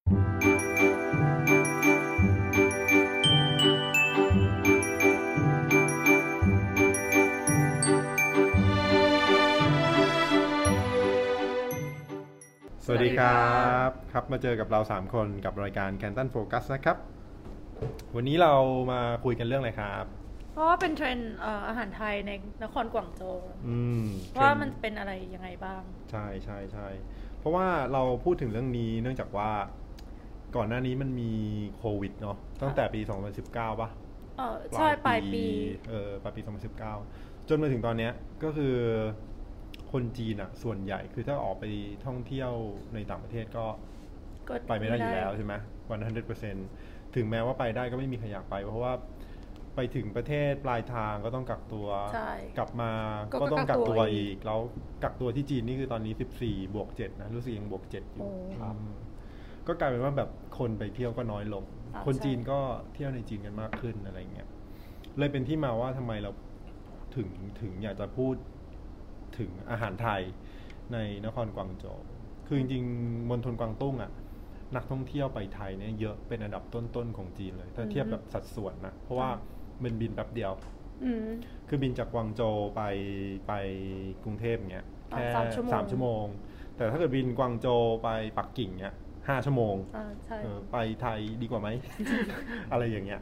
สวัสดีครับครับมาเจอกับเรา3คนกับรายการ Canton Focus นะครับวันนี้เรามาคุยกันเรื่องอะไรครับเพราะว่าเป็นเทรนด์อาหารไทยในนครกวางโจวว่ามันเป็นอะไรยังไงบ้างใช่ใช่ใช่เพราะว่าเราพูดถึงเรื่องนี้เนื่องจากว่าก่อนหน้านี้มันมีโควิดเนาะตั้งแต่ปี2019ป่ะใช่ปลายปีปลายปี2019จนมาถึงตอนนี้ก็คือคนจีนอ่ะส่วนใหญ่คือถ้าออกไปท่องเที่ยวในต่างประเทศก็ไปไม่ได้อยู่แล้วใช่ไหม100%ถึงแม้ว่าไปได้ก็ไม่มีใครอยากไปเพราะว่าไปถึงประเทศปลายทางก็ต้องกักตัวกลับมาก็ต้องกักตัวอีกแล้วกักตัวที่จีนนี่คือตอนนี้14+7นะรู้สึกยัง+7อยู่ก็กลายเป็นว่าแบบคนไปเที่ยวก็น้อยลงคนจีนก็เที่ยวในจีนกันมากขึ้นอะไรเงี้ยเลยเป็นที่มาว่าทำไมเราถึงอยากจะพูดถึงอาหารไทยในนครกวางโจวคือจริงๆมณฑลกวางตุ้งอ่ะนักท่องเที่ยวไปไทยเนี่ยเยอะเป็นอันดับต้นๆของจีนเลยถ้าเทียบแบบสัดส่วนนะเพราะว่ามันบินแป๊บเดียวคือบินจากกวางโจวไปกรุงเทพเงี้ยแค่3 ชั่วโมงแต่ถ้าเกิดบินกวางโจวไปปักกิ่งเงี้ย5 ชั่วโมงไปไทยดีกว่าไหม อะไรอย่างเงี้ย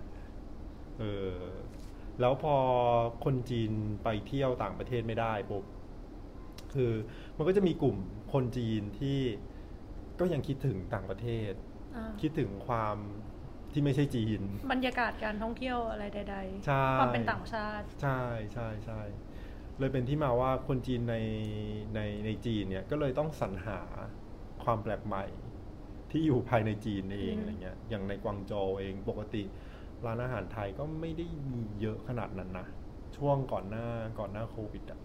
แล้วพอคนจีนไปเที่ยวต่างประเทศไม่ได้ปุ๊บคือมันก็จะมีกลุ่มคนจีนที่ก็ยังคิดถึงต่างประเทศคิดถึงความที่ไม่ใช่จีนบรรยากาศการท่องเที่ยวอะไรใดๆความเป็นต่างชาติใช่เลยเป็นที่มาว่าคนจีนในจีนเนี่ยก็เลยต้องสรรหาความแปลกใหม่ที่อยู่ภายในจีนเองอะไรเงี้ยอย่างในกวางโจวเองปกติร้านอาหารไทยก็ไม่ได้มีเยอะขนาดนั้นนะช่วงก่อนหน้าโควิดอ่ะ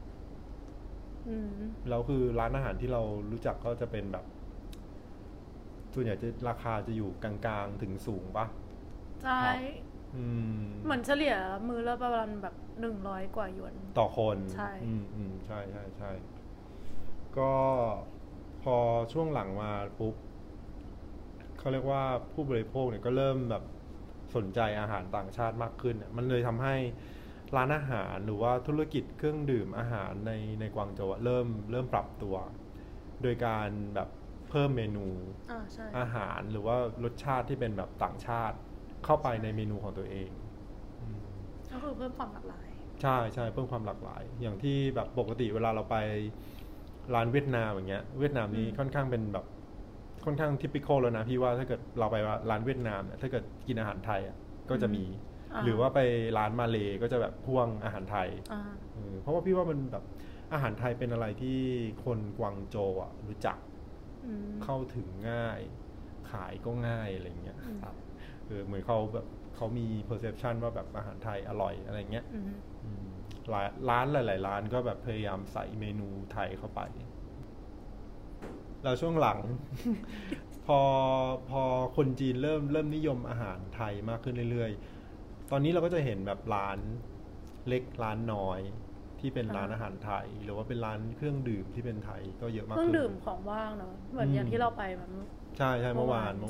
แล้วคือร้านอาหารที่เรารู้จักก็จะเป็นแบบส่วนใหญ่จะราคาจะอยู่กลางๆถึงสูงปะใช่เหมือนเฉลี่ยมื้อละประมาณแบบ100 กว่าหยวนต่อคนใช่ใช่ก็พอช่วงหลังมาปุ๊บเขาเรียกว่าผู้บริโภคเนี่ยก็เริ่มแบบสนใจอาหารต่างชาติมากขึ้นมันเลยทำให้ร้านอาหารหรือว่าธุรกิจเครื่องดื่มอาหารในกวางโจวเริ่มปรับตัวโดยการแบบเพิ่มเมนูอาหารหรือว่ารสชาติที่เป็นแบบต่างชาติเข้าไปในเมนูของตัวเองก็คือเพิ่มความหลากหลายใช่เพิ่มความหลากหลายอย่างที่แบบปกติเวลาเราไปร้านเวียดนามอย่างเงี้ยเวียดนามนี้ค่อนข้างเป็นแบบค่อนข้างทิปิคอลแล้วนะพี่ว่าถ้าเกิดเราไปร้านเวียดนามเนี่ยถ้าเกิดกินอาหารไทยก็จะมีหรือว่าไปร้านมาเลก็จะแบบพ่วงอาหารไทยเพราะว่าพี่ว่ามันแบบอาหารไทยเป็นอะไรที่คนกวางโจวรู้จักเข้าถึงง่ายขายก็ง่ายอะไรเงี้ยเหมือนเขามี perception ว่าแบบอาหารไทยอร่อยอะไรเงี้ยร้านหลายๆร้านก็แบบพยายามใส่เมนูไทยเข้าไปแล้วช่วงหลัง พอคนจีนเริ่มนิยมอาหารไทยมากขึ้นเรื่อยๆตอนนี้เราก็จะเห็นแบบร้านเล็กร้านน้อยที่เป็นร้านอาหารไทยหรือว่าเป็นร้านเครื่องดื่มที่เป็นไทยก็เยอะมากขึ้นเครื่องดื่มของว่างเนาะเหมือนอย่างที่เราไปแบบใช่เมื่อวาน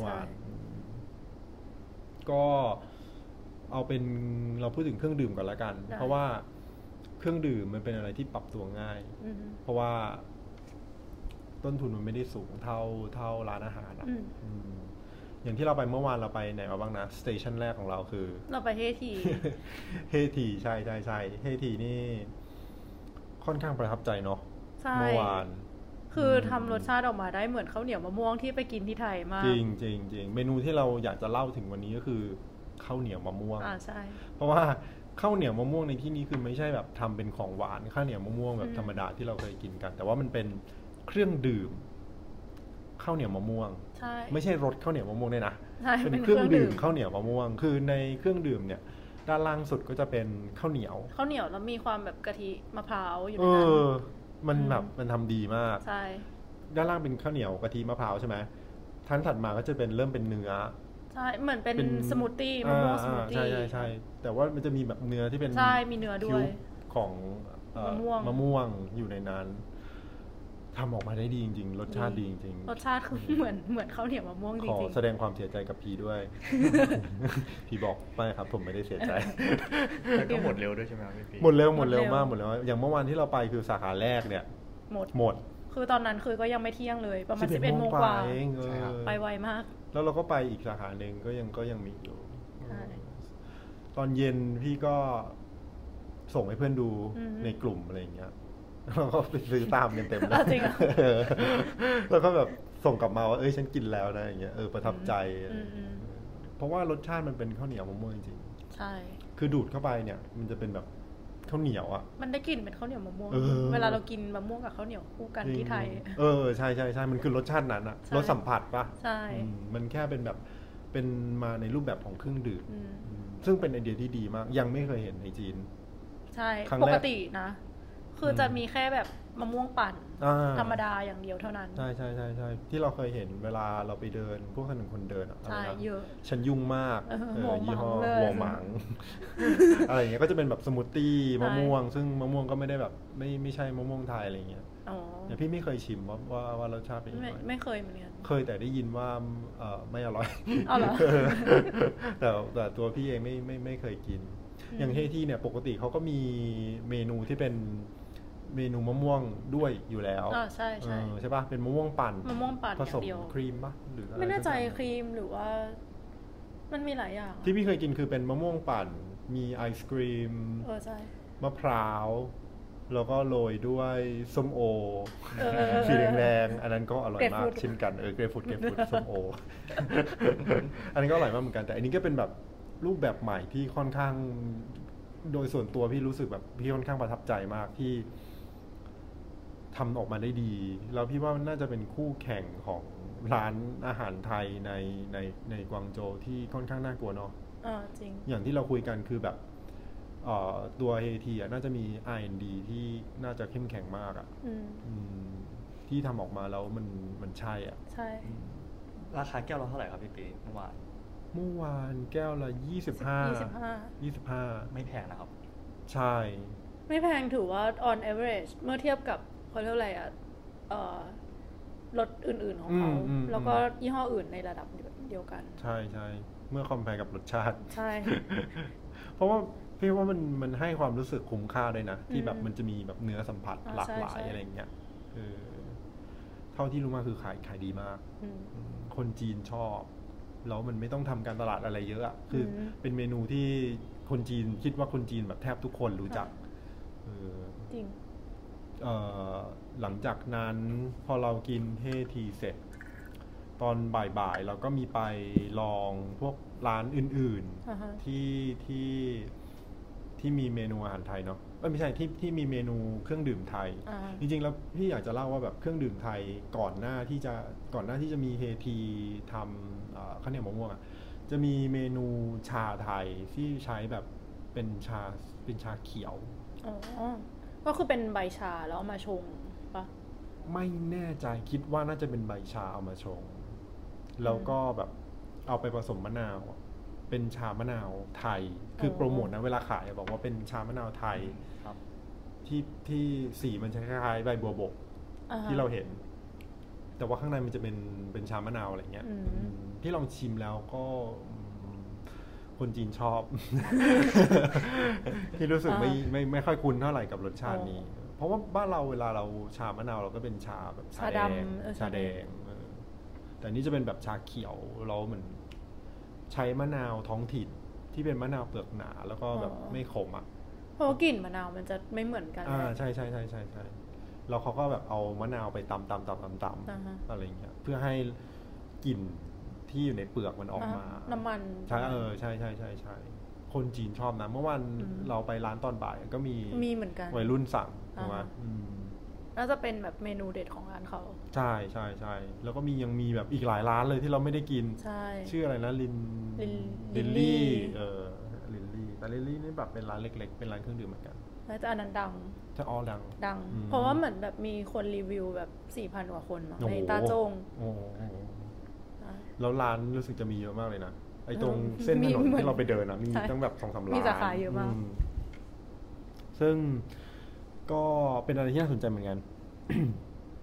ก็เอาเป็นเราพูดถึงเครื่องดื่มก่อนละกันเพราะว่าเครื่องดื่มมันเป็นอะไรที่ปรับตัวง่ายเพราะว่าต้นทุนมันไม่ได้สูงเท่าร้านอาหารอย่างที่เราไปเมื่อวานเราไปไหนมาบ้างนะสเตชันแรกของเราคือเราไปเฮทีเฮทีใช่เฮทีนี่ค่อนข้างประทับใจเนาะเมื่อวานคือทำรสชาติออกมาได้เหมือนข้าวเหนียวมะม่วงที่ไปกินที่ไทยมากจริงเมนูที่เราอยากจะเล่าถึงวันนี้ก็คือข้าวเหนียวมะม่วงใช่เพราะว่าข้าวเหนียวมะม่วงในที่นี้คือไม่ใช่แบบทำเป็นของหวานข้าวเหนียวมะม่วงแบบธรรมดาที่เราเคยกินกันแต่ว่ามันเป็นเครื่องดื่มข้าวเหนียวมะม่วงไม่ใช่รสข้าวเหนียวมะม่วงด้วยนะเป็นเครื่องดื่มข้าวเหนียวมะม่วงคือในเครื่องดื่มเนี่ยด้านล่างสุดก็จะเป็นข้าวเหนียวแล้วมีความแบบกะทิมะพร้าวอยู่ในนั้นมันแบบมันทำดีมากใช่ด้านล่างเป็นข้าวเหนียวกะทิมะพร้าวใช่ไหมชั้นถัดมาก็จะเป็นเริ่มเป็นเนื้อใช่เหมือนเป็นสมูทตี้มะม่วงสมูทตี้ใช่แต่ว่ามันจะมีแบบเนื้อที่เป็นใช่มีเนื้อด้วยของมะม่วงอยู่ในนั้นทำออกมาได้ดีจริงๆรสชาติดีจริงๆรสชาติคือเหมือนข้าวเหนียวมะม่วงจริงๆขอแสดงความเสียใจกับพีด้วย พีบอกไม่ครับผมไม่ได้เสียใจแล้วก็หมดเร็วด้วยใช่ไหมครับพี่หมดเร็วมากหมดแล้วอย่างเมื่อวานที่เราไปคือสาขาแรกเนี่ยหมดคือตอนนั้นคือก็ยังไม่เที่ยงเลยประมาณ11 โมงกว่าไปไวมากแล้วเราก็ไปอีกสาขาหนึ่งก็ยังมีอยู่ตอนเย็นพี่ก็ส่งให้เพื่อนดูในกลุ่มอะไรอย่างเงี้ยเราก็ไปซื้อตามกันเต็มเลยจริงแล้วก็แบบส่งกลับมาว่าฉันกินแล้วนะอย่างเงี้ยประทับใจเพราะว่ารสชาติมันเป็นข้าวเหนียวมะม่วงจริงใช่คือดูดเข้าไปเนี่ยมันจะเป็นแบบข้าวเหนียวอ่ะมันได้กลิ่นเป็นข้าวเหนียวมะม่วงเวลาเรากินมะม่วงกับข้าวเหนียวคู่กันที่ไทยใช่มันคือรสชาตินั้นอะรสสัมผัสป่ะใช่มันแค่เป็นแบบเป็นมาในรูปแบบของเครื่องดื่มซึ่งเป็นไอเดียที่ดีมากยังไม่เคยเห็นในจีนใช่ปกตินะคือจะมีแค่แบบมะม่วงปั่นธรรมดาอย่างเดียวเท่านั้นใช่ที่เราเคยเห็นเวลาเราไปเดินพวกถนนคนเดินใช่เยอะฉันยุ่งมากยี่ห้อหัวหมังอะไรอย่างเงี้ยก็จะเป็นแบบสมูทตี้มะม่วงซึ่งมะม่วงก็ไม่ได้แบบไม่ใช่มะม่วงไทยอะไรเงี้ยแต่พี่ไม่เคยชิมว่ารสชาติเป็นยังไงไม่เคยเหมือนกันเคยแต่ได้ยินว่าไม่อร่อยเหรอแต่ตัวพี่เองไม่เคยกินอย่างเฮที่เนี่ยปกติเขาก็มีเมนูที่เป็นเมนูมะม่วงด้วยอยู่แล้วใช่ใช่ป่ะเป็นมะม่วงปั่นผสมครีมป่ะหรือไม่แน่ใจครีมหรือว่ามันมีหลายอย่างที่พี่เคยกินคือเป็นมะม่วงปั่นมีไอศกรีมใช่มะพร้าวแล้วก็โรยด้วยส้มโอสีแดงๆอันนั้นก็อร่อยมากเช่นกันเกรฟฟูดส้มโออันนี้ก็อร่อยมากเหมือนกันแต่อันนี้ก็เป็นแบบรูปแบบใหม่ที่ค่อนข้างโดยส่วนตัวพี่รู้สึกแบบพี่ค่อนข้างประทับใจมากที่ทำออกมาได้ดีแล้วพี่ว่าน่าจะเป็นคู่แข่งของร้านอาหารไทยในกวางโจวที่ค่อนข้างน่ากลัวเนาะจริงอย่างที่เราคุยกันคือแบบตัวเฮทีน่าจะมี R&D ที่น่าจะเข้มแข็งมากที่ทำออกมาแล้วมันใช่ใช่ราคาแก้วละเท่าไหร่ครับพี่ปีเมื่อวานแก้วละ25 ไม่แพงนะครับใช่ไม่แพงถือว่า on average เมื่อเทียบกับเขาเรียกอะไรรถอื่นๆของเขาแล้วก็ยี่ห้ออื่นในระดับเดียวกันใช่เมื่อคอมเพลกับรสชาติใช่เพราะว่าพี่ว่ามันให้ความรู้สึกคุ้มค่าด้วยนะที่แบบมันจะมีแบบเนื้อสัมผัสหลากหลายอะไรอย่างเงี้ยเท่าที่รู้มาคือขายดีมากคนจีนชอบแล้วมันไม่ต้องทำการตลาดอะไรเยอะอ่ะคือเป็นเมนูที่คนจีนคิดว่าคนจีนแบบแทบทุกคนรู้จักจริงหลังจากนั้นพอเรากินเฮทีเสร็จตอนบ่ายๆเราก็มีไปลองพวกร้านอื่นๆที่มีเมนูอาหารไทยเนาะไม่ใช่ที่มีเมนูเครื่องดื่มไทยจริงๆแล้วพี่อยากจะเล่าว่าแบบเครื่องดื่มไทยก่อนหน้าที่จะมีเฮทีทำข้าวเหนียวมะม่วงจะมีเมนูชาไทยที่ใช้แบบเป็นชาเขียวก็คือเป็นใบชาแล้วเอามาชงปะไม่แน่ใจคิดว่าน่าจะเป็นใบชาเอามาชงแล้วก็แบบเอาไปผสมมะนาวเป็นชามะนาวไทยคือโปรโมทนะเวลาขายบอกว่าเป็นชามะนาวไทยที่สีมันคล้ายๆใบบัวบกที่เราเห็นแต่ว่าข้างในมันจะเป็นชามะนาวอะไรเงี้ยที่ลองชิมแล้วก็คนจีนชอบ ที่รู้สึกไม่ค่อยคุ้นเท่าไหร่กับรสชาตินี้เพราะว่าบ้านเราเวลาเราชามะนาวเราก็เป็นชาแบบชาแดงแต่นี่จะเป็นแบบชาเขียวเราเหมือนใช้มะนาวท้องถิ่นที่เป็นมะนาวเปลือกหนาแล้วก็แบบไม่ขมอ่ะเพราะกลิ่นมะนาวมันจะไม่เหมือนกันใช่แล้วเขาก็แบบเอามะนาวไปตำอะไรอย่างเงี้ยเพื่อให้กลิ่นที่อยู่ในเปลือกมันออกมาน้ำมันใช่ใช่คนจีนชอบนะเมื่อวันเราไปร้านตอนบ่ายก็มีเหมือนกันวัยรุ่นสั่งถูกไหมน่าจะเป็นแบบเมนูเด็ดของร้านเขาใช่แล้วก็ยังมีแบบอีกหลายร้านเลยที่เราไม่ได้กินชื่ออะไรนะลินลี่ลินลี่แต่ลินลี่นี่แบบเป็นร้านเล็กๆเป็นร้านเครื่องดื่มเหมือนกันแต่อันนั้นดังจะดังเพราะว่าเหมือนแบบมีคนรีวิวแบบ 4,000 กว่าคนในตาจงแล้วร้านรู้สึกจะมีเยอะมากเลยนะไอ้ตรงเส้นถนนที่เราไปเดินนะมีตั้งแบบ 2-3 ร้านมีสาขาเยอะมากซึ่งก็เป็นอะไรที่น่าสนใจเหมือนกัน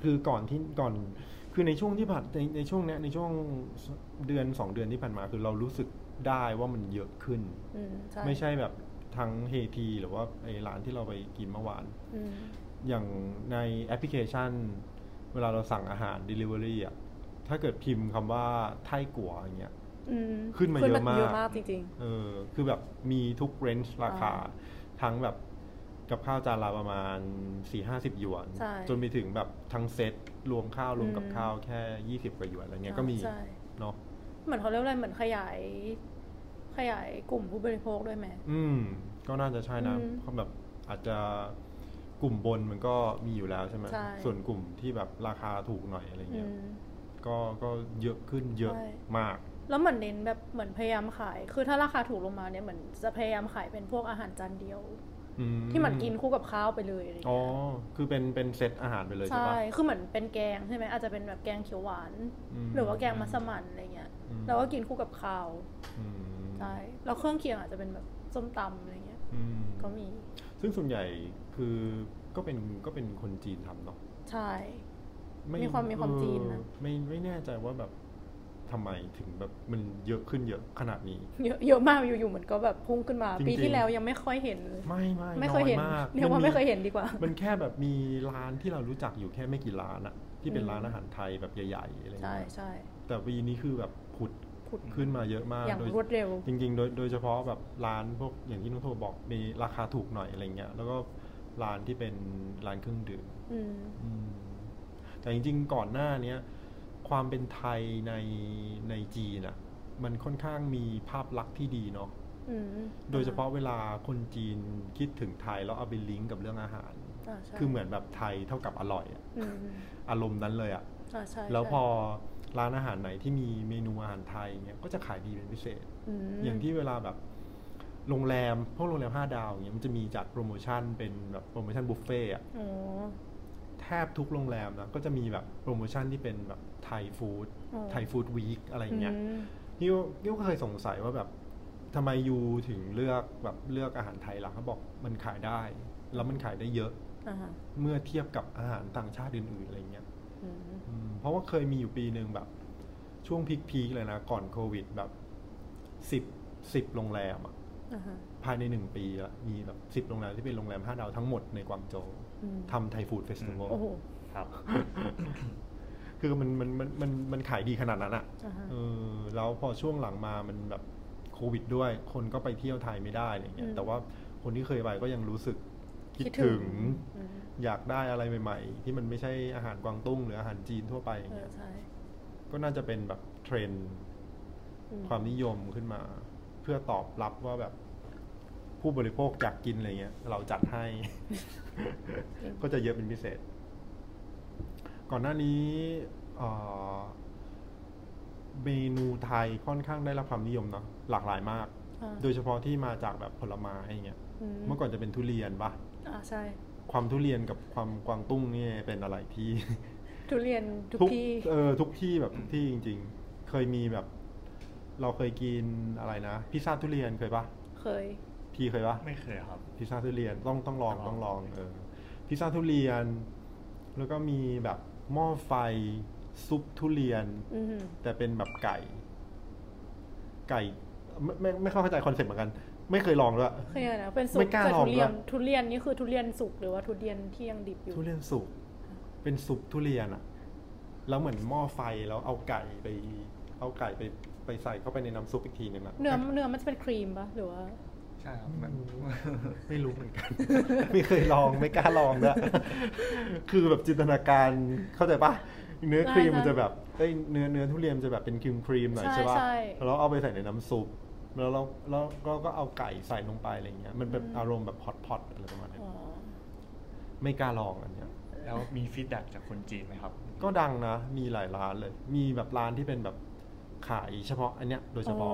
คือก่อนคือในช่วงที่ผ่านในช่วงเนี้ยในช่วงเดือน2 เดือนที่ผ่านมาคือเรารู้สึกได้ว่ามันเยอะขึ้นไม่ใช่แบบทั้งเฮทีหรือว่าไอ้ร้านที่เราไปกินเมื่อวานอย่างในแอปพลิเคชันเวลาเราสั่งอาหาร Delivery อ่ะถ้าเกิดพิมพ์คำว่าไทกัวอย่างเงี้ยขึ้นมาเยอะมากจริงๆคือแบบมีทุกเรนจ์ราคาทั้งแบบกับข้าวจานละประมาณ 4-50 หยวนจนไปถึงแบบทั้งเซตรวมข้าวรวมกับข้าวแค่20 กว่าหยวนอะไรเงี้ยก็มีเนาะเหมือนเขาเรียกอะไรเหมือนขยายกลุ่มผู้บริโภคด้วยไหมก็น่าจะใช่นะเขาแบบอาจจะกลุ่มบนมันก็มีอยู่แล้วใช่ไหมส่วนกลุ่มที่แบบราคาถูกหน่อยอะไรเงี้ยก็เยอะขึ้นเยอะมากแล้วเหมือนเน้นแบบเหมือนพยายามขายคือถ้าราคาถูกลงมาเนี่ยเหมือนจะพยายามขายเป็นพวกอาหารจานเดียวที่มันกินคู่กับข้าวไปเลยอะไรเงี้ยคือเป็นเซตอาหารไปเลยใช่ปะใช่คือเหมือนเป็นแกงใช่ไหมอาจจะเป็นแบบแกงเขียวหวานหรือว่าแกงมัสมั่นอะไรเงี้ยแล้วก็กินคู่กับข้าวใช่แล้วเครื่องเคียงอาจจะเป็นแบบส้มตำอะไรเงี้ยก็มีซึ่งส่วนใหญ่คือก็เป็นคนจีนทำเนาะใช่มีความจีนนะไม่แน่ใจว่าแบบทำไมถึงแบบมันเยอะขึ้นเยอะขนาดนี้เยอะมากอยู่ๆเหมือนก็แบบพุ่งขึ้นมาปีที่แล้วยังไม่ค่อยเห็นไม่เคยเห็นเรียกว่าไม่เคยเห็นดีกว่ามันแค่แบบมีร้านที่เรารู้จักอยู่แค่ไม่กี่ร้านอะที่เป็นร้านอาหารไทยแบบใหญ่ๆอะไรเงี้ยใช่แต่ปีนี้คือแบบผุดขึ้นมาเยอะมากอย่างรวดเร็วจริงๆโดยเฉพาะแบบร้านพวกอย่างที่น้องโทบอกมีราคาถูกหน่อยอะไรเงี้ยแล้วก็ร้านที่เป็นร้านเครื่องดื่มแต่จริงๆก่อนหน้านี้ความเป็นไทยในจีนอะมันค่อนข้างมีภาพลักษณ์ที่ดีเนาะโดยเฉพาะเวลาคนจีนคิดถึงไทยแล้วเอาไปลิงก์กับเรื่องอาหารคือเหมือนแบบไทยเท่ากับอร่อยอารมณ์นั้นเลยอะแล้วพอร้านอาหารไหนที่มีเมนูอาหารไทยเนี่ยก็จะขายดีเป็นพิเศษอย่างที่เวลาแบบโรงแรมพวกโรงแรม5 ดาวอย่างเงี้ยมันจะมีจัดโปรโมชั่นเป็นแบบโปรโมชั่นบุฟเฟ่อะแทบทุกโรงแรมนะก็จะมีแบบโปรโมชั่นที่เป็นแบบไทยฟู้ดวีคอะไรเงี้ยนี่ก็เคยสงสัยว่าแบบทำไมยูถึงเลือกอาหารไทยล่ะเขาบอกมันขายได้แล้วมันขายได้เยอะเมื่อเทียบกับอาหารต่างชาติอื่นๆอะไรเงี้ยเพราะว่าเคยมีอยู่ปีนึงแบบช่วงพีคเลยนะก่อนโควิดแบบ10โรงแรมอะภายใน1 ปีละมีแบบ10โรงแรมที่เป็นโรงแรม5 ดาวทั้งหมดในกวางโจวทำไทยฟู้ดเฟสติวัลครับคือมันขายดีขนาดนั้นอ่ะแล้วพอช่วงหลังมามันแบบโควิดด้วยคนก็ไปเที่ยวไทยไม่ได้อะไรเงี้ยแต่ว่าคนที่เคยไปก็ยังรู้สึกคิดถึงอยากได้อะไรใหม่ๆที่มันไม่ใช่อาหารกวางตุ้งหรืออาหารจีนทั่วไปอย่างเงี้ยก็น่าจะเป็นแบบเทรนด์ความนิยมขึ้นมาเพื่อตอบรับว่าแบบผู้บริโภคอยากกินอะไรเงี้ยเราจัดให้ ก็จะเยอะเป็นพิเศษก่อนหน้านี้เมนูไทยค่อนข้างได้รับความนิยมเนาะหลากหลายมากโดยเฉพาะที่มาจากแบบผลไม้อย่างเงี้ยเมื่อก่อนจะเป็นทุเรียนปะใช่ความทุเรียนกับความกวางตุ้งนี่เป็นอะไรที่ทุเรียนทุกที่ทุกที่แบบทุกที่จริงๆเคยมีแบบเราเคยกินอะไรนะพิซซ่าทุเรียนเคยปะเคยพี่เคยปะไม่เคยครับพิซซ่าทุเรียนต้องลองพิซซ่าทุเรียนแล้วก็มีแบบหม้อไฟซุปทุเรียนแต่เป็นแบบไก่ไม่เข้าใจคอนเซ็ปต์เหมือนกันไม่เคยลองด้วยเคยนะเป็นซุปไม่กล้าลองด้วยทุเรียนนี่คือทุเรียนสุกหรือว่าทุเรียนที่ยังดิบอยู่ทุเรียนสุกเป็นซุปทุเรียนอะแล้วเหมือนหม้อไฟแล้วเอาไก่ไปใส่เข้าไปในน้ำซุปอีกทีนึงอะเนื้อมันจะเป็นครีมปะหรือว่าใช่ครับไม่รู้เหมือนกันไม่เคยลองไม่กล้าลองด้วยคือแบบจินตนาการเข้าใจปะเนื้อครีมมันจะแบบเนื้อทุเรียนจะแบบเป็นครีมหน่อยใช่ปะแล้วเอาไปใส่ในน้ำซุปแล้วเราก็เอาไก่ใส่ลงไปอะไรเงี้ยมันเป็นอารมณ์แบบพอตอะไรประมาณนี้ไม่กล้าลองอันเนี้ยแล้วมีฟีดแบ็กจากคนจีนไหมครับก็ดังนะมีหลายร้านเลยมีแบบร้านที่เป็นแบบขายเฉพาะอันเนี้ยโดยเฉพาะ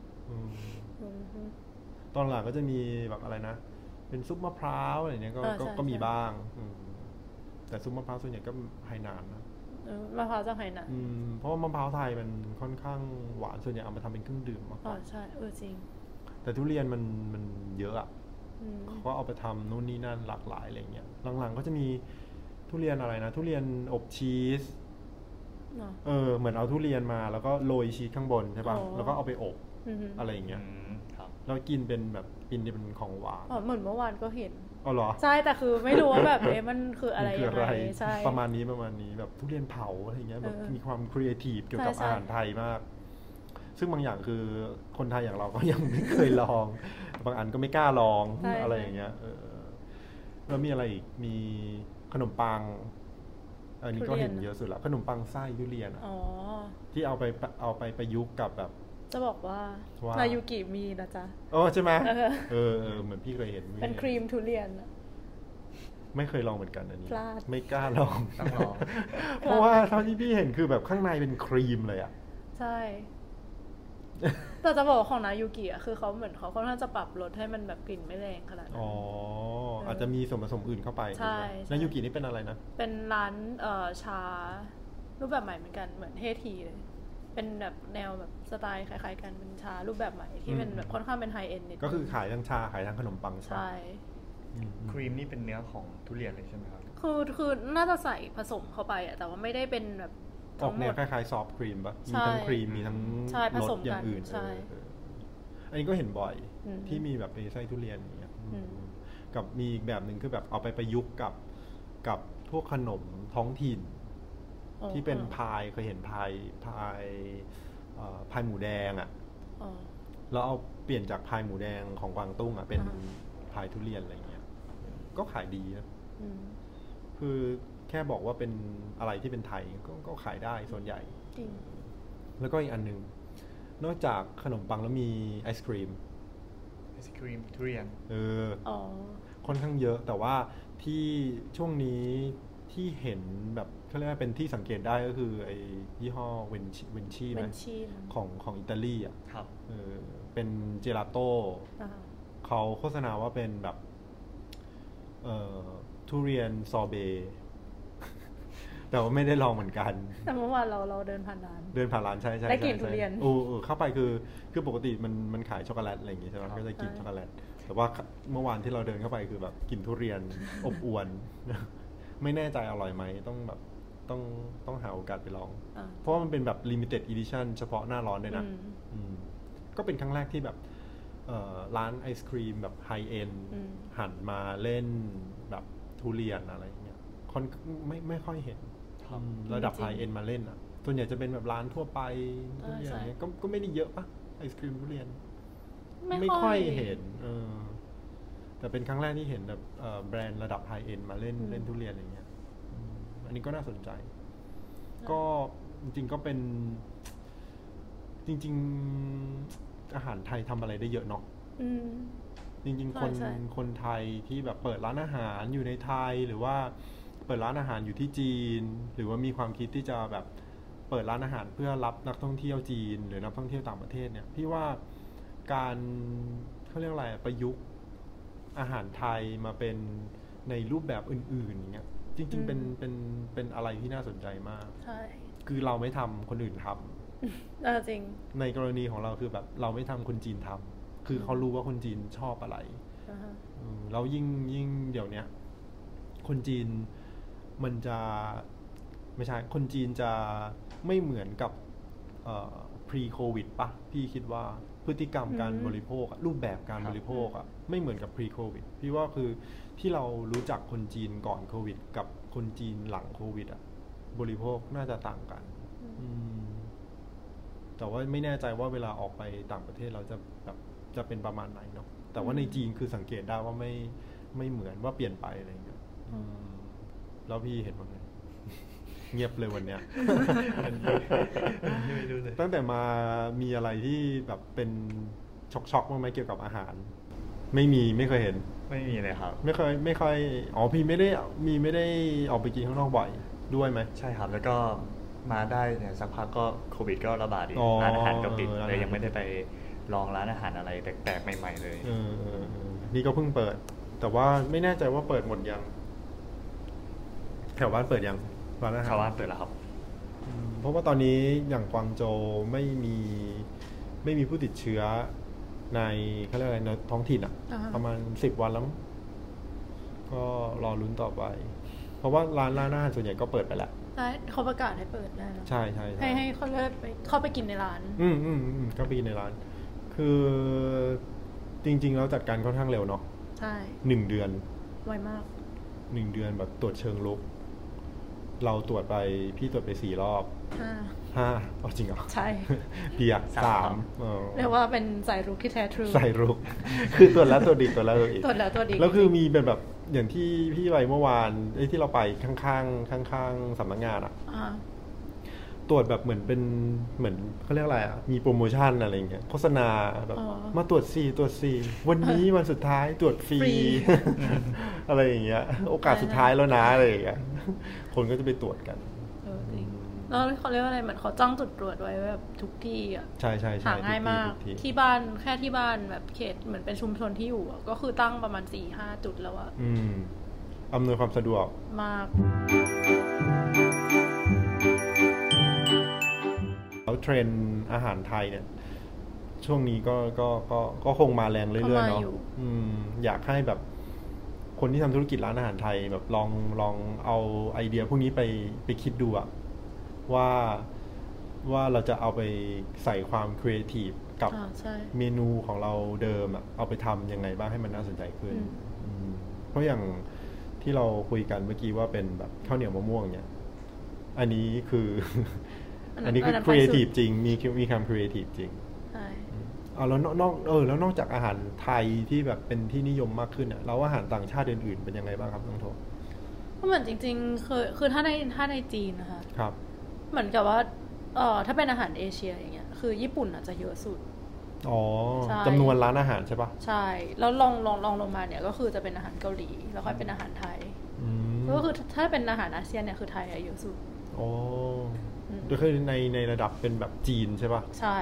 ตอนหลังก็จะมีแบบอะไรนะเป็นซุปมะพร้าวอะไรเนี้ยก็มีบ้างแต่ซุปมะพร้าวส่วนใหญ่ก็ไหหนานนะมะพร้าวจะไหหนานเพราะว่ามะพร้าวไทยมันค่อนข้างหวานส่วนใหญ่เอามาทำเป็นเครื่องดื่มมากกว่าใช่จริงแต่ทุเรียนมันเยอะอ่ะเขาเอาไปทำนู่นนี่นั่นหลากหลายอะไรเงี้ยหลังๆก็จะมีทุเรียนอะไรนะทุเรียนอบชีสเหมือนเอาทุเรียนมาแล้วก็โรยชีสข้างบนใช่ป่ะแล้วก็เอาไปอบอะไรอย่างเงี้ยแล้วกินเป็นแบบกินเป็นของหวานเหมือนเมื่อวานก็เห็นอ๋อเหรอใช่แต่คือไม่รู้ว่าแบบมันคืออะไรยังไงใช่ประมาณนี้แบบทุเรียนเผาอะไรเงี้ยแบบมีความครีเอทีฟเกี่ยวกับอาหารไทยมากซึ่งบางอย่างคือคนไทยอย่างเราก็ยังไม่เคยลองบางอันก็ไม่กล้าลองอะไรอย่างเงี้ยแล้วมีอะไรอีกมีขนมปังอันนี้ก็เห็นเยอะสุดละขนมปังไส้ทุเรียนที่เอาไปประยุกต์กับแบบจะบอกว่านายูกิมีนะจ๊ะใช่ไหมเหมือนพี่เคยเห็นเป็นครีมทุเรียนไม่เคยลองเหมือนกันอันนี้ไม่กล้าลองต้องลองเพราะว่าเท่าที่พี่เห็นคือแบบข้างในเป็นครีมเลยอ่ะใช่แต่จะบอกของนายูกิอ่ะคือเขาเหมือนเขาค่อนข้างจะปรับรสให้มันแบบกลิ่นไม่แรงขนาดนั้นอาจจะมีส่วนผสมอื่นเข้าไปใช่นายูกินี่เป็นอะไรนะเป็นร้านชารูปแบบใหม่เหมือนกันเหมือนเฮทีเลยเป็นแบบแนวแบบสไตล์คล้ายๆกันเป็นชารูปแบบใหม่ที่เป็นแบบค่อนข้างเป็นไฮเอ็นด์นิดก็คือขายทั้งชาขายทั้งขนมปังใช่ครีมนี่เป็นเนื้อของทุเรียนเลยใช่ไหมครับคือน่าจะใส่ผสมเข้าไปอ่ะแต่ว่าไม่ได้เป็นแบบออกแนวคล้ายๆซอฟต์ครีมป่ะมีทั้งครีมมีทั้งรสอย่างอื่นอันนี้ก็เห็นบ่อยที่มีแบบเป็นไส้ทุเรียนอย่างเงี้ยกับมีอีกแบบหนึ่งคือแบบเอาไปประยุกต์กับพวกขนมท้องถิ่นที่เป็นพายเคยเห็นพายหมูแดงอ่ะแล้วเอาเปลี่ยนจากพายหมูแดงของกวางตุ้งอ่ะเป็นพายทุเรียนอะไรเงี้ยก็ขายดีนะคือแค่บอกว่าเป็นอะไรที่เป็นไทยก็ขายได้ส่วนใหญ่แล้วก็อีกอันนึงนอกจากขนมปังแล้วมีไอศครีมทุเรียนค่อนข้างเยอะแต่ว่าที่ช่วงนี้ที่เห็นแบบเขาเรียกว่าเป็นที่สังเกตได้ก็คือไอ้ยี่ห้อเวนชีไหมของอิตาลีอ่ะเป็นเจลาโต้เขาโฆษณาว่าเป็นแบบทุเรียนซอเบแต่ว่าไม่ได้ลองเหมือนกันแต่เมื่อวานเราเดินผ่านร้านใช่ได้กลิ่นทุเรียนเข้าไปคือปกติมันขายช็อกโกแลตอะไรอย่างงี้ใช่ไหมก็จะกินช็อกโกแลตแต่ว่าเมื่อวานที่เราเดินเข้าไปคือแบบกินทุเรียนอบอวนไม่แน่ใจอร่อยไหมต้องหาโอกาสไปลองเพราะว่ามันเป็นแบบ limited edition เฉพาะหน้าร้อนด้วยนะก็เป็นครั้งแรกที่แบบร้านไอศครีมแบบไฮเอ็นหันมาเล่นแบบทุเรียนอะไรอย่างเงี้ยไม่ค่อยเห็นระดับไฮเอ็นมาเล่นอ่ะส่วนใหญ่จะเป็นแบบร้านทั่วไปทุเรียนอย่างเงี้ยก็ไม่ได้เยอะปะไอศครีมทุเรียนไม่ค่อยเห็นแต่เป็นครั้งแรกที่เห็นแบบแบรนด์ระดับไฮเอ็นมาเล่นทุเรียนอะไรเงี้ยอันนี้ก็น่าสนใจก็จริงๆก็เป็นจริงๆอาหารไทยทำอะไรได้เยอะเนาะจริงๆคนไทยที่แบบเปิดร้านอาหารอยู่ในไทยหรือว่าเปิดร้านอาหารอยู่ที่จีนหรือว่ามีความคิดที่จะแบบเปิดร้านอาหารเพื่อรับนักท่องเที่ยวจีนหรือนักท่องเที่ยวต่างประเทศเนี่ยพี่ว่าการเขาเรียกอะไรประยุกต์อาหารไทยมาเป็นในรูปแบบอื่นๆอย่างเงี้ยจริงๆเป็นอะไรที่น่าสนใจมากใช่คือเราไม่ทำคนอื่นทำจริงในกรณีของเราคือแบบเราไม่ทำคนจีนทำคือเขารู้ว่าคนจีนชอบอะไรแล้วยิ่งเดี๋ยวนี้คนจีนมันจะไม่ใช่คนจีนจะไม่เหมือนกับpre covid ป่ะพี่คิดว่าพฤติกรรมการบริโภครูปแบบการบริโภคอ่ะไม่เหมือนกับ pre covid พี่ว่าคือที่เรารู้จักคนจีนก่อนโควิดกับคนจีนหลังโควิดอ่ะบริโภคน่าจะต่างกันแต่ว่าไม่แน่ใจว่าเวลาออกไปต่างประเทศเราจะเป็นประมาณไหนเนาะแต่ว่าในจีนคือสังเกตได้ว่าไม่เหมือนว่าเปลี่ยนไปอะไรอย่างเงี้ยแล้วพี่เห็นว่าไงเงียบเลยวันเนี้ยตั้งแต่มามีอะไรที่แบบเป็นช็อกๆบ้างไหมเกี่ยวกับอาหารไม่เคยเห็นไม่มีเลยครับไม่ค่อยพี่ไม่ได้ออกไปกินข้างนอกบ่อยด้วยไหมใช่ครับแล้วก็มาได้เนี่ยสักพักก็โควิดก็ระบาดอีกร้านอาหารก็ปิดเลยยังไม่ได้ไปลองร้านอาหารอะไรแปลกๆใหม่ๆเลยนี่ก็เพิ่งเปิดแต่ว่าไม่แน่ใจว่าเปิดหมดยังแถวบ้านเปิดยังร้านอาหารแถวบ้านเปิดแล้วครับเพราะว่าตอนนี้อย่างกวางโจวไม่มีผู้ติดเชื้อในเขาเรียกอะไรในท้องถิ่นประมาณ10 วันแล้วก็รอลุ้นต่อไปเพราะว่าร้านอาหารส่วนใหญ่ก็เปิดไปแล้วใช่เขาประกาศให้เปิดได้แล้วใช่ใช่ให้เขาเลิกไปเข้าไปกินในร้านก็ไปกินในร้านคือจริงๆเราจัดการค่อนข้างเร็วเนาะใช่ 1 เดือนไวมาก 1 เดือนแบบตรวจเชิงลุกเราตรวจไปพี่ตรวจไป4 รอบ5จริงเหรอใช่พี่อ่ะ3 เรียกว่าเป็นสายรุกที่แท้ทรูสายรุกคือตรวจแล้วตรวจอีกตรวจแล้วตรวจอีกแล้วคือมีเป็นแบบอย่างที่พี่ไปเมื่อวานที่เราไปข้างสำนักงานอ่ะตรวจแบบเหมือนเขาเรียกอะไรอ่ะมีโปรโมชั่นอะไรอย่างเงี้ยโฆษณาแบบมาตรวจ4วันนี้วันสุดท้ายตรวจฟรีอะไรอย่างเงี้ยโอกาสสุดท้ายแล้วนะอะไรอย่างเงี้ยคนก็จะไปตรวจกันแล้วเขาเรียกว่าอะไรเหมือนเขาจ้างจุดตรวจไว้แบบทุกที่อ่ะใช่หาง่ายมากที่บ้านแค่ที่บ้านแบบเขตเหมือนเป็นชุมชนที่อยู่ก็คือตั้งประมาณ 4-5 จุดแล้วอะอำนวยความสะดวกมากแล้วเทรนด์อาหารไทยเนี่ยช่วงนี้ก็คงมาแรงเรื่อยๆเนาะอยากให้แบบคนที่ทำธุรกิจร้านอาหารไทยแบบลองเอาไอเดียพวกนี้ไปคิดดูอะว่าเราจะเอาไปใส่ความครีเอทีฟกับเมนูของเราเดิมอะเอาไปทำยังไงบ้างให้มันน่าสนใจขึ้นเพราะอย่างที่เราคุยกันเมื่อกี้ว่าเป็นแบบข้าวเหนียวมะม่วงเนี่ยอันนี้คือครีเอทีฟจริงมีความครีเอทีฟจริงแล้วนอกจากอาหารไทยที่แบบเป็นที่นิยมมากขึ้นเนี่ยแล้วอาหารต่างชาติอื่นๆเป็นยังไงบ้างครับน้องโทก็เหมือนจริงๆคือถ้าในจีนนะคะครับเหมือนกับว่าถ้าเป็นอาหารเอเชียอย่างเงี้ยคือญี่ปุ่นอาจจะเยอะสุดจำนวนร้านอาหารใช่ปะใช่แล้วลองลงมาเนี่ยก็คือจะเป็นอาหารเกาหลีแล้วค่อยเป็นอาหารไทยก็คือถ้าเป็นอาหารอาเซียนเนี่ยคือไทยเยอะสุดโดยคือในระดับเป็นแบบจีนใช่ปะใช่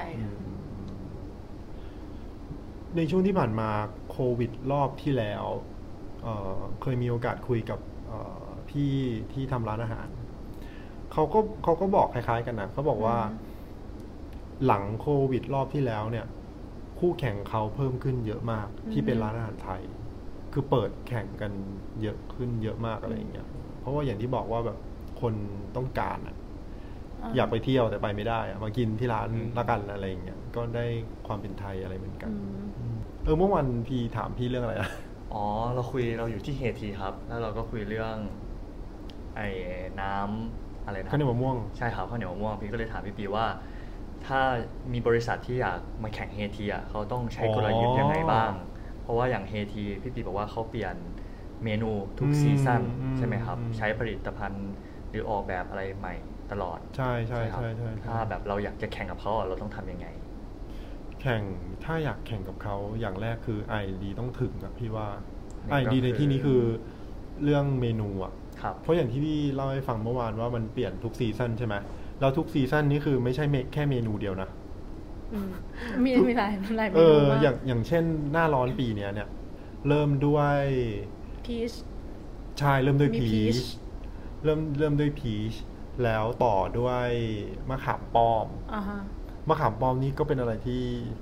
ในช่วงที่ผ่านมาโควิดรอบที่แล้วเคยมีโอกาสคุยกับพี่ที่ทำร้านอาหารเขาก็บอกคล้ายๆกันนะเขาบอกว่าหลังโควิดรอบที่แล้วเนี่ยคู่แข่งเขาเพิ่มขึ้นเยอะมากที่เป็นร้านอาหารไทยคือเปิดแข่งกันเยอะขึ้นเยอะมากอะไรอย่างเงี้ยเพราะว่าอย่างที่บอกว่าแบบคนต้องการอยากไปเที่ยวแต่ไปไม่ได้มากินที่ร้านละกันอะไรอย่างเงี้ยก็ได้ความเป็นไทยอะไรเหมือนกันเมื่อวันพี่ถามพี่เรื่องอะไรนะเราอยู่ที่เฮทีครับแล้วเราก็คุยเรื่องไอ้น้ำอะไรนะข้าวเหนียวมะม่วงใช่ครับข้าวเหนียวมะม่วงพี่ก็เลยถามพี่ปีว่าถ้ามีบริษัทที่อยากมาแข่งเฮทีเขาต้องใช้กลยุทธ์ยังไงบ้างเพราะว่าอย่างเฮทีพี่ปีบอกว่าเขาเปลี่ยนเมนูทุกซีซั่นใช่ไหมครับใช้ผลิตภัณฑ์หรือออกแบบอะไรใหม่ตลอดใช่ถ้าแบบเราอยากจะแข่งกับเขาเราต้องทำยังไงถ้าอยากแข่งกับเขาอย่างแรกคือ R&D ต้องถึงครับพี่ว่า R&D ในที่นี้คือเรื่องเมนูอ่ะเพราะอย่างที่พี่เล่าให้ฟังเมื่อวานว่ามันเปลี่ยนทุกซีซั่นใช่ไหมแล้วทุกซีซั่นนี้คือไม่ใช่แค่เมนูเดียวนะมีหลายเมนูอย่างเช่นหน้าร้อนปีนี้เนี่ยเริ่มด้วยพีชใช่เริ่มด้วยพีชเริ่มด้วยพีชแล้วต่อด้วยมะขามป้อมมะขามป้อมนี่ก็เป็นอะไรที่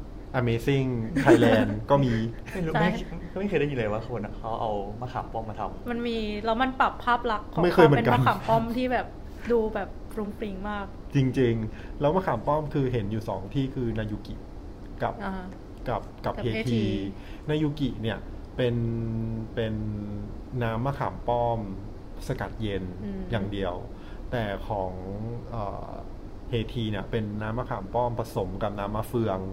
Amazing Thailand ก็มีไม่เคยได้ยินเลยว่าคนเขาเอามะขามป้อมมาทำมันมีแล้วมันปรับภาพลักษณ์ของความเป็นมะขามป้อมที่แบบดูแบบฟรุ้งฟริ้งมากจริงๆแล้วมะขามป้อมคือเห็นอยู่2ที่คือนายุกิกับเฮทีนายุกิเนี่ยเป็นน้ำมะขามป้อมสกัดเย็นอย่างเดียวแต่ของเฮทีเนี่ยเป็นน้ำมะขามป้อมผสมกับน้ำมะเฟือง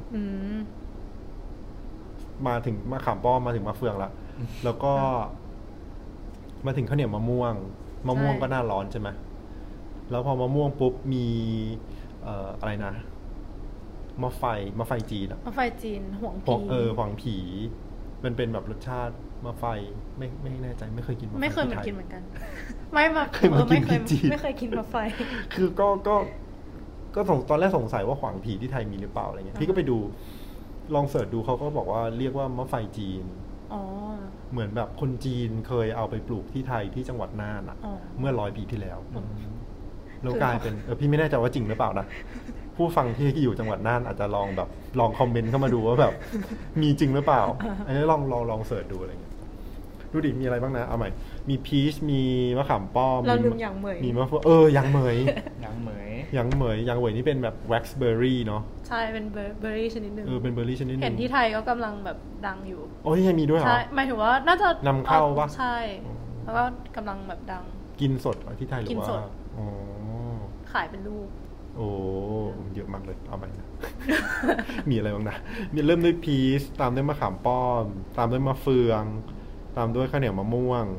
มาถึงมะขามป้อมมาถึงมะเฟืองแล้วก็มาถึงข้าวเหนียวมะม่วงก็หน้าร้อนใช่ไหมแล้วพอมะม่วงปุ๊บมีอะไรนะมะไฟจีนมะไฟจีนหวงผีหวงผีมันเป็นแบบรสชาติมะไฟไม่แน่ใจไม่เคยกินไม่เคยกินเหมือนกันไม่เคยกินมะไฟคือก็ตอนแรกสงสัยว่าหวงผีที่ไทยมีหรือเปล่าอะไรเงี้ยพี่ก็ไปดูลองเสิร์ชดูเขาก็บอกว่าเรียกว่ามะไฟจีนเหมือนแบบคนจีนเคยเอาไปปลูกที่ไทยที่จังหวัดน่านเมื่อ100 ปีที่แล้วแล้วกลายเป็นพี่ไม่แน่ใจว่าจริงหรือเปล่านะผู้ฟังที่อยู่จังหวัดน่านอาจจะลองคอมเมนต์เข้ามาดูว่าแบบมีจริงหรือเปล่าอันนี้ลองเสิร์ชดูอะไรเงี้ยดูดิมีอะไรบ้างนะเอาใหม่มีพีชมีมะขามป้อมเราลืมหยางเหมยมีมะเฟืองหยางเหมยหยางเหมยหยางเหมยนี่เป็นแบบแว็กซ์เบอร์รี่เนาะใช่เป็นเบอร์รี่ชนิดนึงเป็นเบอร์รี่ชนิดนึงเห็นที่ไทยก็กำลังแบบดังอยู่โอ้ยยังมีด้วยเหรอใช่หมายถึงว่าน่าจะนำเข้าปะใช่แล้วก็กำลังแบบดังกินสดที่ไทยหรือว่าขายเป็นลูกโอ้เยอะมากเลยเอาไปนะมีอะไรบ้างนะมีเริ่มด้วยพีชตามด้วยมะขามป้อมตามด้วยมะเฟืองตามด้วยข้าวเหนียวมะม่วง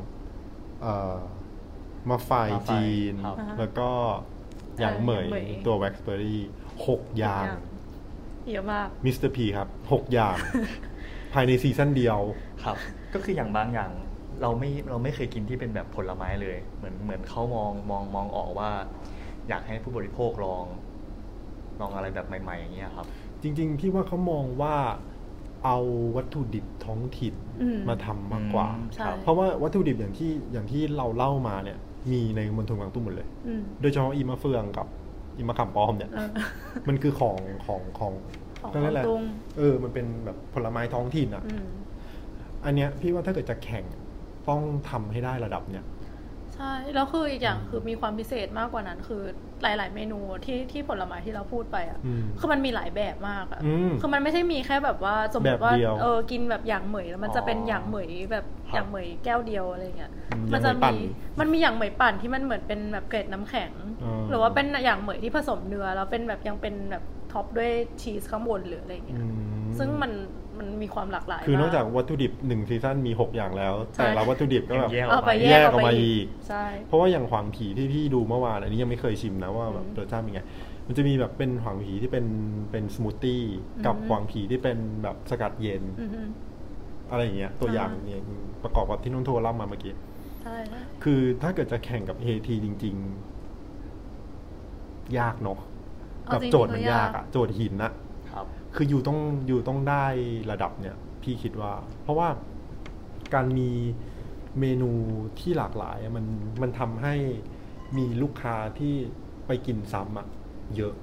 มะไฟจีนแล้วก็หยางเหมยตัวแว็กซ์เบอร์รี่6อย่างเยอะมากมิสเตอร์พีครับ6อย่างภายในซีซั่นเดียวครับก็คืออย่างบางอย่างเราไม่เคยกินที่เป็นแบบผลไม้เลยเหมือนเขามองออกว่าอยากให้ผู้บริโภคลองอะไรแบบใหม่ๆอย่างเงี้ยครับจริงๆพี่ว่าเขามองว่าเอาวัตถุดิบท้องถิ่นมาทำมากกว่าเพราะว่าวัตถุดิบอย่างที่เราเล่ามาเนี่ยมีในมณฑลกวางตุ้งหมดเลยโดยเฉพาะอีมะเฟืองกับอีมะขามป้อมเนี่ยมันคือของนั่นแหละมันเป็นแบบผลไม้ท้องถิ่นอ่ะอันเนี้ยพี่ว่าถ้าเกิดจะแข่งต้องทำให้ได้ระดับเนี้ยใช่แล้วคืออีกอย่างคือมีความพิเศษมากกว่านั้นคือหลายๆเมนูที่ผลไม้ที่เราพูดไปอ่ะคือมันมีหลายแบบมากอ่ะคือมันไม่ใช่มีแค่แบบว่าสมมติว่ากินแบบหยางเหมยแล้วมันจะเป็นหยางเหมยแบบหยางเหมยแก้วเดียวอะไรเงี้ยมันจะมีหยางเหมยปั่นที่มันเหมือนเป็นแบบเกล็ดน้ำแข็งหรือว่าเป็นหยางเหมยที่ผสมเนื้อแล้วเป็นแบบยังเป็นแบบท็อปด้วยชีสข้างบนหรืออะไรเงี้ยซึ่งมันมีความหลากหลายคือนอกจากวัตถุดิบ1ซีซั่นมี6อย่างแล้วแต่ละวัตถุดิบก็แบบแยกออกมาอีกเพราะว่าอย่างหวางผีที่พี่ดูเมื่อวานอันนี้ยังไม่เคยชิมนะว่าแบบรสชาติเป็นไงมันจะมีแบบเป็นหวางผีที่เป็นสมูทตี้กับหวางผีที่เป็นแบบสกัดเย็นอะไรอย่างเงี้ยตัวอย่างเนี่ยประกอบกับที่นุ่นโทรเล่ามาเมื่อกี้คือถ้าเกิดจะแข่งกับเฮทีจริงๆยากเนาะกับโจทย์มันยากอะโจทย์หินนะคืออยู่ต้องได้ระดับเนี่ยพี่คิดว่าเพราะว่าการมีเมนูที่หลากหลายมันทำให้มีลูกค้าที่ไปกินซ้ำอะเยอะ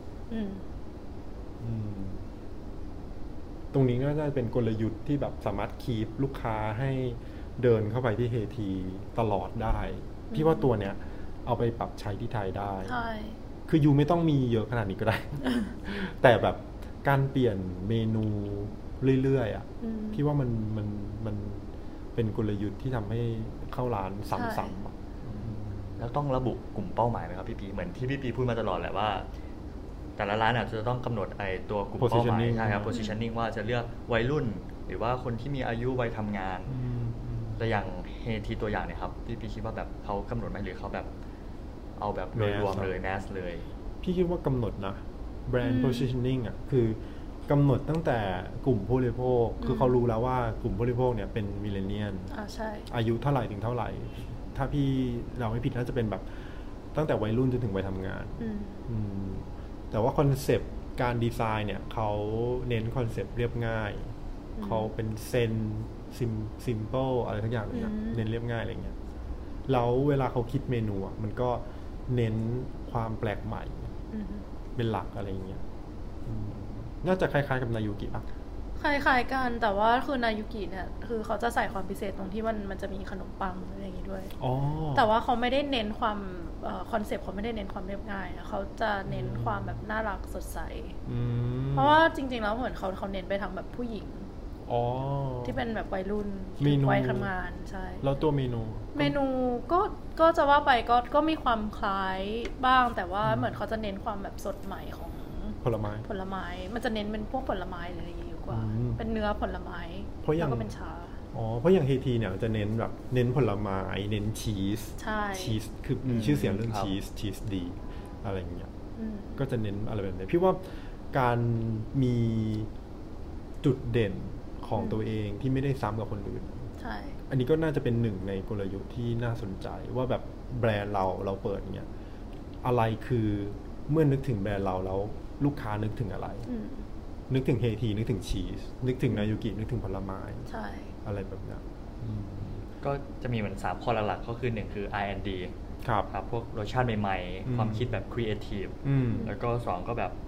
ตรงนี้ก็จะเป็นกลยุทธ์ที่แบบสามารถคีปลูกค้าให้เดินเข้าไปที่เฮทีตลอดได้พี่ว่าตัวเนี้ยเอาไปปรับใช้ที่ไทยได้คือยูไม่ต้องมีเยอะขนาดนี้ก็ได้ แต่แบบการเปลี่ยนเมนูเรื่อยๆอ่ะพี่ว่ามันเป็นกลยุทธ์ที่ทำให้เข้าร้านซ้ำๆแล้วต้องระบุกลุ่มเป้าหมายไหมครับพี่ปีเหมือนที่พี่ปีพูดมาตลอดแหละว่าแต่ละร้านอาจจะต้องกำหนดตัวกลุ่มเป้าหมายใช่ครับ positioning ว่าจะเลือกวัยรุ่นหรือว่าคนที่มีอายุวัยทำงานแต่อย่างเฮทีตัวอย่างเนี่ยครับพี่ปีคิดว่าแบบเขากำหนดไหมหรือเขาแบบเอาแบบโดยรวมเลยแมสเลยพี่คิดว่ากำหนดนะbrand positioning อ่ะคือกำหนดตั้งแต่กลุ่มผู้บริโภคคือเขารู้แล้วว่ากลุ่มผู้บริโภคเนี่ยเป็นมิลเลนเนียลอายุเท่าไหร่ถึงเท่าไหร่ถ้าพี่เราไม่ผิดน่าจะเป็นแบบตั้งแต่วัยรุ่นจนถึงวัยทำงานแต่ว่าคอนเซปต์การดีไซน์เนี่ยเขาเน้นคอนเซปต์เรียบง่ายเขาเป็นเซนซิมเปิลอะไรทั้งอย่างเลยเน้นเรียบง่ายอะไรเงี้ยแล้วเวลาเขาคิดเมนูอ่ะมันก็เน้นความแปลกใหม่เป็นหลักอะไรเงี้ยน่าจะคล้ายๆกับนายูกิป่ะคล้ายๆกันแต่ว่าคือนายูกิเนี่ยคือเขาจะใส่ความพิเศษตรงที่มันจะมีขนมปังอะไรอย่างงี้ด้วยแต่ว่าเขาไม่ได้เน้นความคอนเซปต์เขาไม่ได้เน้นความเรียบง่ายเขาจะเน้นความแบบน่ารักสดใสเพราะว่าจริงๆแล้วเหมือนเขาเน้นไปทางแบบผู้หญิงที่เป็นแบบวัยรุ่นวัยทำงานใช่แล้วตัวเมนูก็จะว่าไปก็มีความคล้ายบ้างแต่ว่าเหมือนเขาจะเน้นความแบบสดใหม่ของผลไม้มันจะเน้นเป็นพวกผลไม้อะไรอย่างเงี้ยอยู่กว่าเป็นเนื้อผลไม้แล้วก็เป็นชาเพราะอย่างเฮทีเนี่ยจะเน้นแบบเน้นผลไม้เน้นชีสชีสคือมีชื่อเสียงเรื่องชีสดีอะไรอย่างเงี้ยก็จะเน้นอะไรแบบนี้พี่ว่าการมีจุดเด่นของตัวเองที่ไม่ได้ซ้ำกับคนอื่นใช่อันนี้ก็น่าจะเป็นหนึ่งในกลยุทธ์ที่น่าสนใจว่าแบบแบรนด์เราเปิดเนี่ยอะไรคือเมื่อนึกถึงแบรนด์เราแล้วลูกค้านึกถึงอะไรนึกถึงเฮทีนึกถึงชีสนึกถึงนายูกินึกถึงผลไม้ใช่อะไรแบบนี้ก็จะมีเหมือน3ข้อหลักๆก็คือ1คือ R&D ครับพวกรสชาติใหม่ๆความคิดแบบครีเอทีฟแล้วก็2ก็แบบ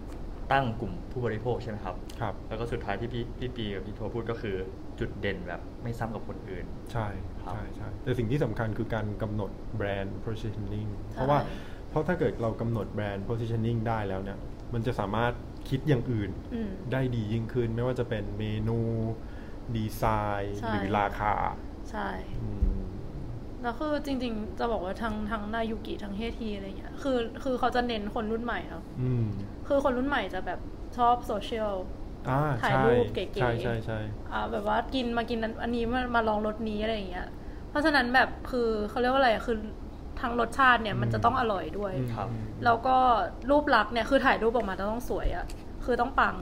ตั้งกลุ่มผู้บริโภคใช่ไหมครับครับแล้วก็สุดท้ายที่พี่ปีกับพี่โทพูดก็คือจุดเด่นแบบไม่ซ้ำกับคนอื่นใช่ใช่แต่สิ่งที่สำคัญคือการกำหนดแบรนด์ positioning เพราะถ้าเกิดเรากำหนดแบรนด์ positioning ได้แล้วเนี่ยมันจะสามารถคิดอย่างอื่นได้ดียิ่งขึ้นไม่ว่าจะเป็นเมนูดีไซน์หรือราคาใช่แล้วคือจริงๆจะบอกว่าทั้งนายูกิทั้งเฮทีอะไรเงี้ยคือเขาจะเน้นคนรุ่นใหม่เนาะคือคนรุ่นใหม่จะแบบชอบโซเชียลถ่ายรูปเก๋ๆใช่แบบว่ามากินอันนี้มาลองรสนี้อะไรอย่างเงี้ยเพราะฉะนั้นแบบคือเขาเรียกว่าอะไรคือทั้งรสชาติเนี่ยมันจะต้องอร่อยด้วยแล้วก็รูปลักษณ์เนี่ยคือถ่ายรูปออกมาต้องสวยอะคือต้องปัง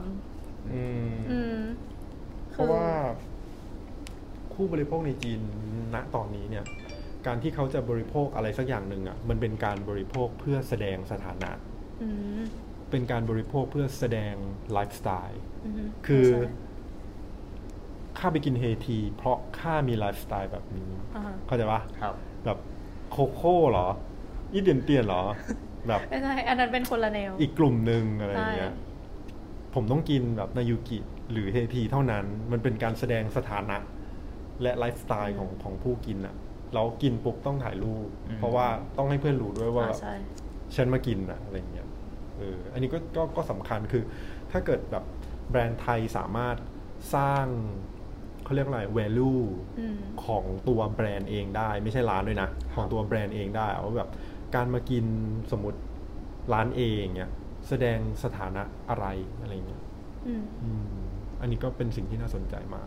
เพราะว่าผู้บริโภคในจีนณตอนนี้เนี่ยการที่เขาจะบริโภคอะไรสักอย่างหนึ่งอ่ะมันเป็นการบริโภคเพื่อแสดงสถานะเป็นการบริโภคเพื่อแสดงไลฟ์สไตล์คือข้าไปกินเฮทีเพราะข้ามีไลฟ์สไตล์แบบนี้เข้าใจปะแบบโคโค่เหรออีเตียนเหรอแบบไม่ใช่อันนั้นเป็นคนละแนวอีกกลุ่มหนึ่งอะไรอย่างเงี้ยผมต้องกินแบบนายูกิหรือเฮทีเท่านั้นมันเป็นการแสดงสถานะและไลฟ์สไตล์ของผู้กินอ่ะเรากินปุ๊บต้องถ่ายรูปเพราะว่าต้องให้เพื่อนรู้ด้วยว่าฉันมากินอะอะไรเงี้ยอันนี้ก็สำคัญคือถ้าเกิดแบบแบรนด์ไทยสามารถสร้างเขาเรียกอะไร value ของตัวแบรนด์เองได้ไม่ใช่ร้านด้วยนะของตัวแบรนด์เองได้ว่าแบบการมากินสมมติร้านเองเนี่ยแสดงสถานะอะไรอะไรเงี้ยอันนี้ก็เป็นสิ่งที่น่าสนใจมาก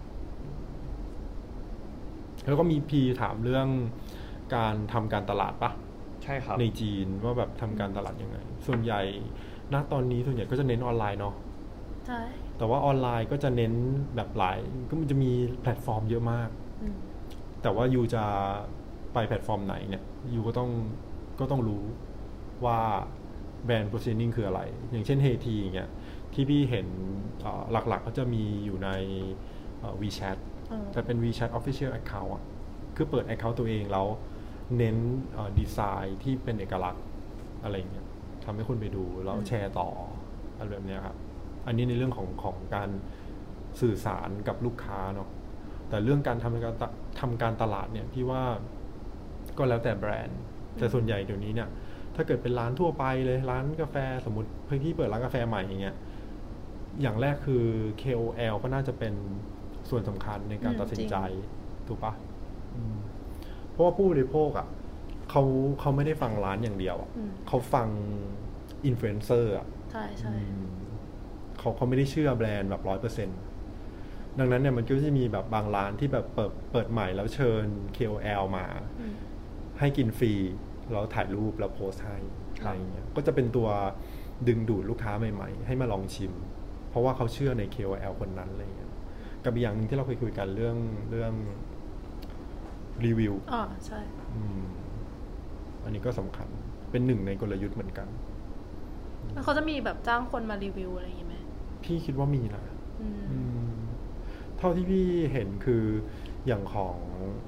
แล้วก็มีพีถามเรื่องการทำการตลาดปะใช่ครับในจีนว่าแบบทำการตลาดยังไงส่วนใหญ่ณตอนนี้ส่วนใหญ่ก็จะเน้นออนไลน์เนาะใช่แต่ว่าออนไลน์ก็จะเน้นแบบหลายก็มันจะมีแพลตฟอร์มเยอะมากแต่ว่ายูจะไปแพลตฟอร์มไหนเนี่ยยูก็ต้องรู้ว่าแบรนด์ positioning คืออะไรอย่างเช่น Heytea อย่างเงี้ยที่พี่เห็นหลักๆก็จะมีอยู่ใน WeChatแต่เป็น WeChat Official Account อ่ะคือเปิด Account ตัวเองแล้วเน้นดีไซน์ที่เป็นเอกลักษณ์อะไรเงี้ยทำให้คนไปดูแล้วแชร์ต่ออะไรแบบนี้ครับอันนี้ในเรื่องของการสื่อสารกับลูกค้าเนาะแต่เรื่องการทำการตลาดเนี่ยพี่ว่าก็แล้วแต่แบรนด์แต่ส่วนใหญ่เดี๋ยวนี้เนี่ยถ้าเกิดเป็นร้านทั่วไปเลยร้านกาแฟสมมติพี่เปิดร้านกาแฟใหม่อย่างเงี้ยอย่างแรกคือ KOL ก็น่าจะเป็นส่วนสำคัญในการตัดสินใจถูกปะเพราะว่าผู้บริโภคอ่ะเขาไม่ได้ฟังร้านอย่างเดียวอ่ะเขาฟังอินฟลูเอนเซอร์อ่ะใช่ใช่เขาไม่ได้เชื่อแบรนด์แบบ 100% ดังนั้นเนี่ยมันก็จะมีแบบบางร้านที่แบบเปิดใหม่แล้วเชิญ KOL มาให้กินฟรีแล้วถ่ายรูปแล้วโพสให้อะไรอย่างเงี้ยก็จะเป็นตัวดึงดูดลูกค้าใหม่ๆให้มาลองชิมเพราะว่าเขาเชื่อใน KOL คนนั้นอะไรอย่างเงี้ยกับอีกอย่างนึงที่เราเคยคุยกันเรื่องรีวิวใช่อันนี้ก็สำคัญเป็นหนึ่งในกลยุทธ์เหมือนกันแล้วเขาจะมีแบบจ้างคนมารีวิวอะไรอย่างงี้ไหมพี่คิดว่ามีนะเท่าที่พี่เห็นคืออย่างของ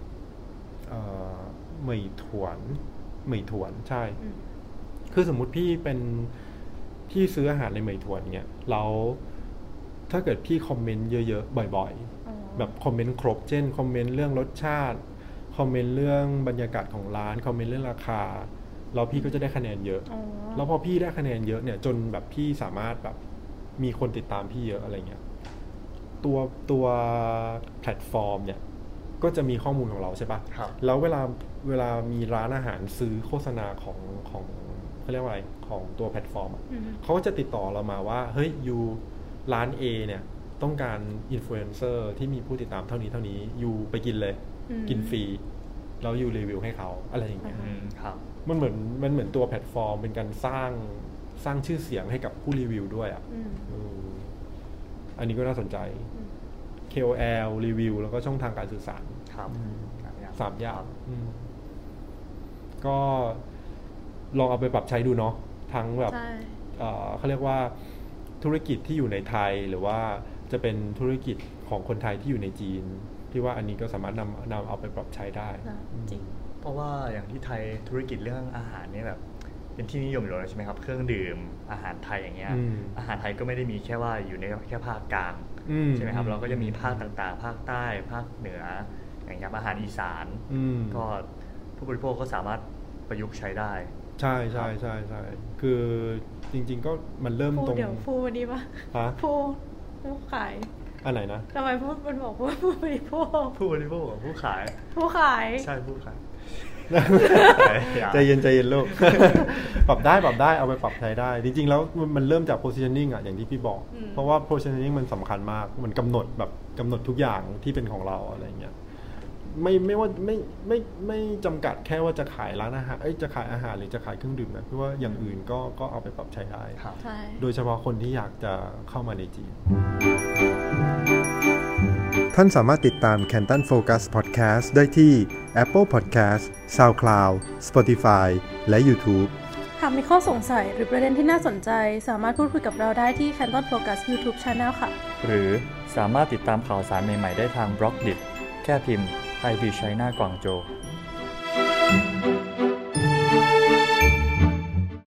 เหมยถวนใช่คือสมมุติพี่ซื้ออาหารในเหมยถวนเนี่ยแล้วถ้าเกิดพี่คอมเมนต์เยอะๆบ่อยๆแบบคอมเมนต์ครบเช่นคอมเมนต์เรื่องรสชาติคอมเมนต์เรื่องบรรยากาศของร้านคอมเมนต์เรื่องราคาแล้วพี่ก็จะได้คะแนนเยอะแล้วพอพี่ได้คะแนนเยอะเนี่ยจนแบบพี่สามารถแบบมีคนติดตามพี่เยอะอะไรเงี้ยตัวแพลตฟอร์มเนี่ยก็จะมีข้อมูลของเราใช่ปะแล้วเวลามีร้านอาหารซื้อโฆษณาของเขาเรียกว่าอะไรของตัวแพลตฟอร์มเขาก็จะติดต่อเรามาว่าเฮ้ยยูร้าน A เนี่ยต้องการอินฟลูเอนเซอร์ที่มีผู้ติดตามเท่านี้ยูไปกินเลยกินฟรีแล้วยูรีวิวให้เขาอะไรอย่างเงี้ยมันเหมือนตัวแพลตฟอร์มเป็นการสร้างชื่อเสียงให้กับผู้รีวิวด้วยอ่ะอันนี้ก็น่าสนใจ KOL รีวิวแล้วก็ช่องทางการสื่อสาร3 อย่างก็ลองเอาไปปรับใช้ดูเนาะทั้งแบบเขาเรียกว่าธุรกิจที่อยู่ในไทยหรือว่าจะเป็นธุรกิจของคนไทยที่อยู่ในจีนที่ว่าอันนี้ก็สามารถนำเอาไปปรับใช้ได้จริงเพราะว่าอย่างที่ไทยธุรกิจเรื่องอาหารเนี่ยแบบเป็นที่นิยมอยู่แล้วใช่ไหมครับเครื่องดื่มอาหารไทยอย่างเงี้ยอาหารไทยก็ไม่ได้มีแค่ว่าอยู่ในแค่ภาคกลางใช่ไหมครับเราก็จะมีภาคต่างๆภาคใต้ภาคเหนืออย่างเงี้ยอาหารอีสานก็ผู้บริโภคก็สามารถประยุกต์ใช้ได้ใช่ใช่ใช่ใช่คือจริงๆก็มันเริ่มตรงเดี๋ยวพูดดีป่ะผู้ขายอันไหนนะทำไมมันบอกว่าผู้บริโภคผู้ขายใช่ผู้ขายใจเย็นลูก ปรับได้เอาไปปรับใช้ได้จริงๆแล้วมันเริ่มจาก positioning อ่ะอย่างที่พี่บอกเพราะว่า positioning มันสำคัญมากมันกำหนดทุกอย่างที่เป็นของเราอะไรเงี้ยไม่ว่าไม่จำกัดแค่ว่าจะขายร้านอาหารจะขายอาหารหรือจะขายเครื่องดื่มนะเพราะว่าอย่างอื่นก็เอาไปปรับใช้ได้โดยเฉพาะคนที่อยากจะเข้ามาในจีนท่านสามารถติดตาม Canton Focus Podcast ได้ที่ Apple Podcast, SoundCloud, Spotify และ YouTube หากมีข้อสงสัยหรือประเด็นที่น่าสนใจสามารถพูดคุยกับเราได้ที่ Canton Focus YouTube Channel ค่ะหรือสามารถติดตามข่าวสารใหม่ๆได้ทาง Blogdit แค่พิมพ์ Thai View China กวางโจว